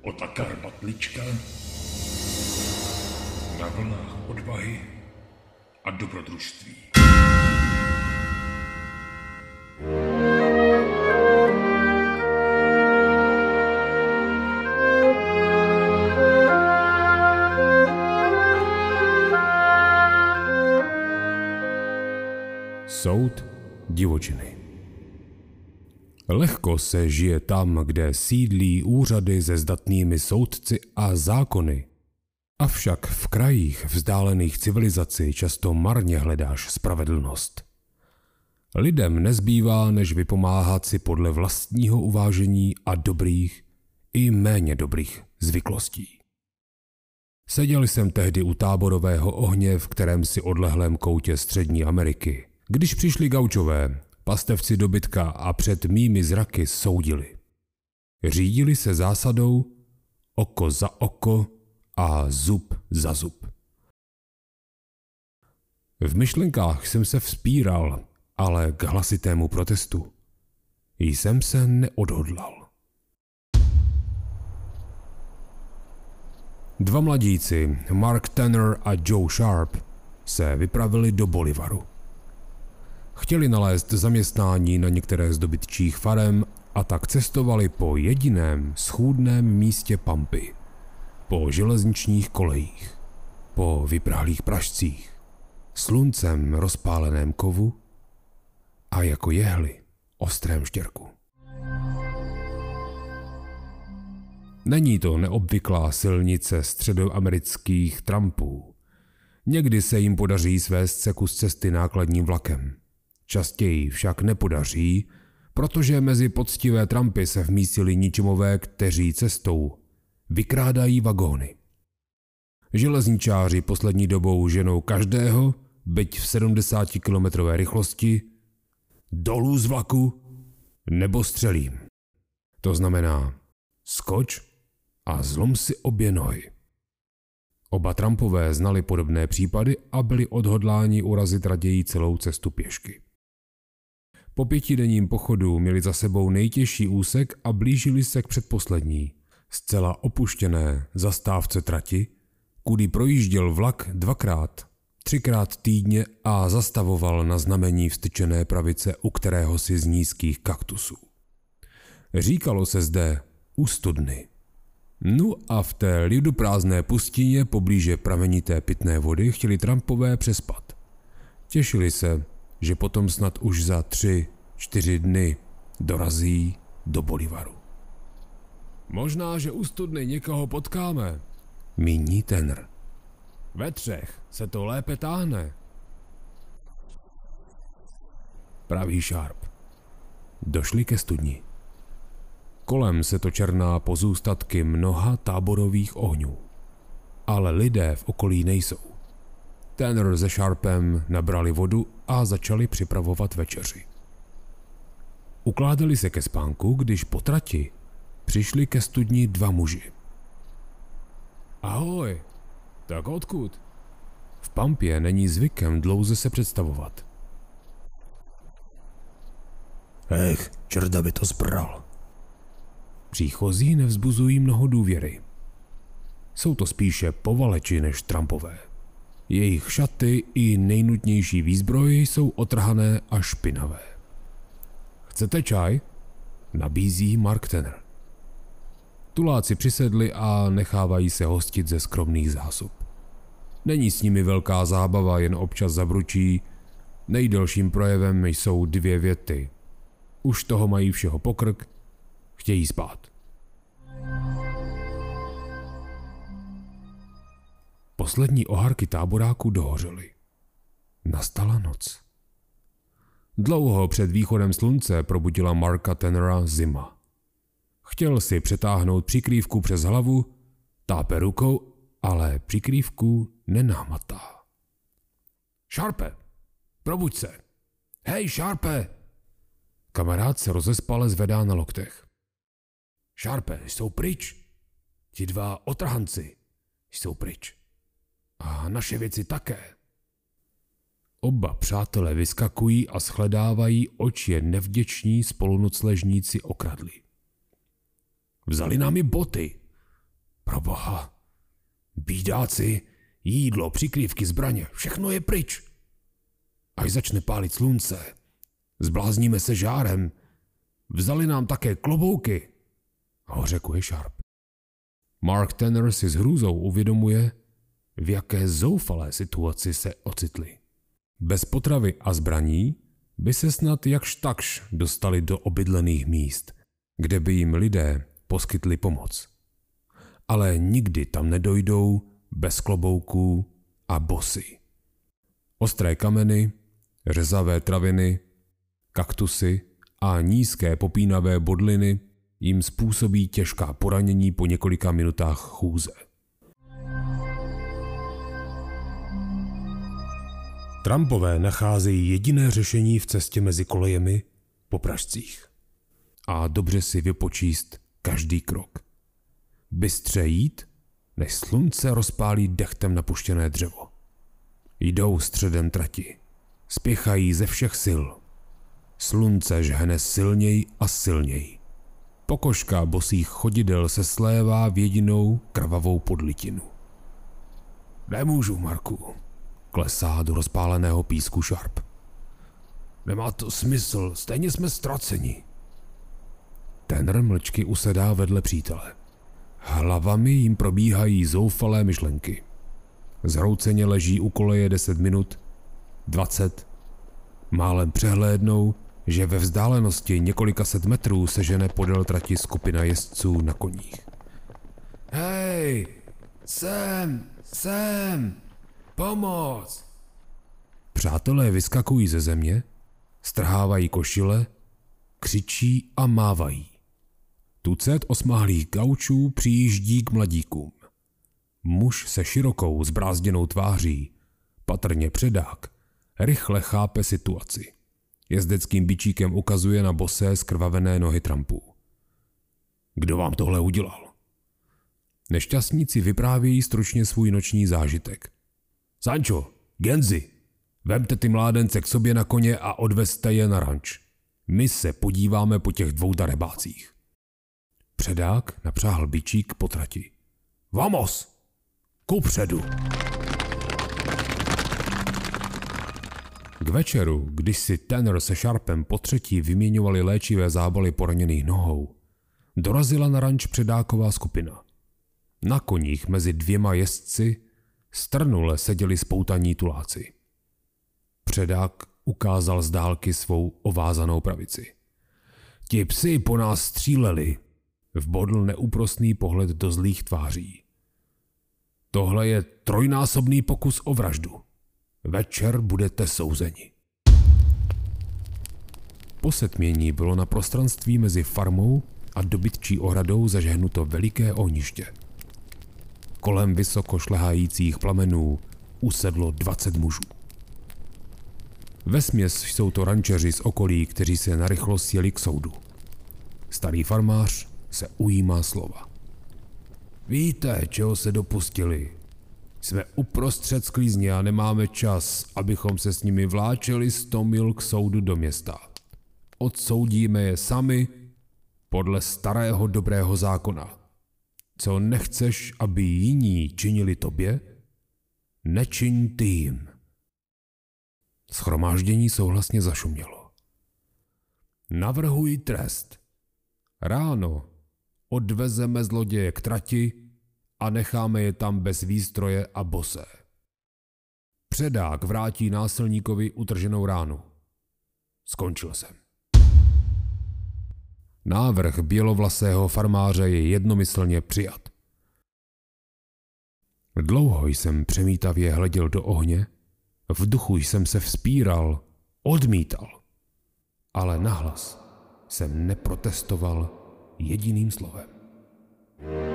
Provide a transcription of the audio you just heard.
Otakar Batlička na vlnách odvahy a dobrodružství. Soud divočiny. Lehko se žije tam, kde sídlí úřady se zdatnými soudci a zákony. Avšak v krajích vzdálených civilizaci často marně hledáš spravedlnost. Lidem nezbývá, než vypomáhat si podle vlastního uvážení a dobrých i méně dobrých zvyklostí. Seděl jsem tehdy u táborového ohně v kterémsi odlehlém koutě Střední Ameriky, když přišli gaučové, pastevci dobytka a před mými zraky soudili. Řídili se zásadou oko za oko a zub za zub. V myšlenkách jsem se vzpíral, ale k hlasitému protestu jsem se neodhodlal. Dva mladíci, Mark Tanner a Joe Sharp, se vypravili do Bolivaru. Chtěli nalézt zaměstnání na některé z dobytčích farem a tak cestovali po jediném schůdném místě Pampy, po železničních kolejích, po vyprahlých pražcích, sluncem rozpáleném kovu a jako jehly ostrém štěrku. Není to neobvyklá silnice středoamerických trampů. Někdy se jim podaří svést se kus cesty nákladním vlakem. Častěji však nepodaří, protože mezi poctivé trampy se vmístili ničimové, kteří cestou vykrádají vagóny. Železničáři poslední dobou ženou každého, byť v 70km rychlosti, dolů z vlaku nebo střelím. To znamená skoč a zlom si obě nohy. Oba trampové znali podobné případy a byli odhodláni urazit raději celou cestu pěšky. Po 5denním pochodu měli za sebou nejtěžší úsek a blížili se k předposlední, zcela opuštěné zastávce trati, kudy projížděl vlak 2x, 3x týdně a zastavoval na znamení vztyčené pravice u kteréhosi z nízkých kaktusů. Říkalo se zde u studny. No a v té liduprázdné pustině poblíže pramenité pitné vody chtěli trampové přespat. Těšili se, že potom snad už za 3-4 dny dorazí do Bolivaru. Možná, že u studny někoho potkáme, míní Tanner. Ve 3 se to lépe táhne, praví Sharp. Došli ke studni. Kolem se točerná pozůstatky mnoha táborových ohňů. Ale lidé v okolí nejsou. Tanner se Sharpem nabrali vodu a začali připravovat večeři. Ukládali se ke spánku, když po trati přišli ke studni 2 muži. Ahoj, tak odkud? V Pampě není zvykem dlouze se představovat. Čerda by to zbral. Příchozí nevzbuzují mnoho důvěry. Jsou to spíše povaleči než trampové. Jejich šaty i nejnutnější výzbroj jsou otrhané a špinavé. Chcete čaj? Nabízí Mark Tanner. Tuláci přisedli a nechávají se hostit ze skromných zásob. Není s nimi velká zábava, jen občas zabručí. Nejdelším projevem jsou 2 věty. Už toho mají všeho pokrk, chtějí spát. Poslední oharky táboráku dohořely. Nastala noc. Dlouho před východem slunce probudila Marka Tannera zima. Chtěl si přetáhnout přikrývku přes hlavu, tápe rukou, ale přikrývku nenámatá. Sharpe, probuď se. Hej, Sharpe! Kamarád se rozespale zvedá na loktech. Sharpe, jsou pryč. Ti 2 otrhanci jsou pryč. A naše věci také. Oba přátelé vyskakují a shledávají, oč je nevděční spolunocležníci okradli. Vzali nám i boty, Proboha. Bídáci, jídlo, přikrývky, zbraně, všechno je pryč. Až začne pálit slunce, zblázníme se žárem. Vzali nám také klobouky, hořekuje Sharp. Mark Tanner si s hrůzou uvědomuje, v jaké zoufalé situaci se ocitli. Bez potravy a zbraní by se snad jakž takž dostali do obydlených míst, kde by jim lidé poskytli pomoc. Ale nikdy tam nedojdou bez klobouků a bosy. Ostré kameny, řezavé traviny, kaktusy a nízké popínavé bodliny jim způsobí těžká poranění po několika minutách chůze. Trumpové nacházejí jediné řešení v cestě mezi kolejemi po pražcích. A dobře si vypočíst každý krok. Bystře jít, než slunce rozpálí dechtem napuštěné dřevo. Jdou středem trati. Spěchají ze všech sil. Slunce žhne silněji a silněji. Pokožka bosých chodidel se slévá v jedinou krvavou podlitinu. Nemůžu, Marku, klesá do rozpáleného písku Sharp. Nemá to smysl, stejně jsme ztraceni. Tanner mlčky usedá vedle přítele. Hlavami jim probíhají zoufalé myšlenky. Zhrouceně leží u koleje 10 minut, 20. Málem přehlédnou, že ve vzdálenosti několika set metrů se žene podél trati skupina jezdců na koních. Hej, sem, pomoc! Přátelé vyskakují ze země, strhávají košile, křičí a mávají. Tucet osmahlých gaučů přijíždí k mladíkům. Muž se širokou zbrázděnou tváří, patrně předák, rychle chápe situaci. Jezdeckým bičíkem ukazuje na bosé skrvavené nohy Trumpů. Kdo vám tohle udělal? Nešťastníci vyprávějí stručně svůj noční zážitek. Sancho, Genzi, vemte ty mládence k sobě na koně a odvezte je na ranč. My se podíváme po těch 2 darebácích. Předák napřáhl bičík po trati. Vamos! Kupředu! K večeru, když si Tanner se Sharpem po třetí vyměňovali léčivé zábaly poraněných nohou, dorazila na ranč předáková skupina. Na koních mezi 2 jezdci strnule seděli spoutaní tuláci. Předák ukázal z dálky svou ovázanou pravici. Ti psi po nás stříleli, vbodl neúprosný pohled do zlých tváří. Tohle je 3násobný pokus o vraždu. Večer budete souzeni. Po setmění bylo na prostranství mezi farmou a dobytčí ohradou zažehnuto veliké ohniště. Kolem vysoko šlehajících plamenů usedlo 20 mužů. Vesměs jsou to rančeři z okolí, kteří se narychlo sjeli k soudu. Starý farmář se ujímá slova. Víte, čeho se dopustili? Jsme uprostřed sklízně a nemáme čas, abychom se s nimi vláčeli 100 mil k soudu do města. Odsoudíme je sami podle starého dobrého zákona. Co nechceš, aby jiní činili tobě, nečiň ty jim. Shromáždění souhlasně zašumělo. Navrhuji trest. Ráno odvezeme zloděje k trati a necháme je tam bez výstroje a bosé. Předák vrátí násilníkovi utrženou ránu. Skončil jsem. Návrh bělovlasého farmáře je jednomyslně přijat. Dlouho jsem přemítavě hleděl do ohně, v duchu jsem se vzpíral, odmítal, ale nahlas jsem neprotestoval jediným slovem.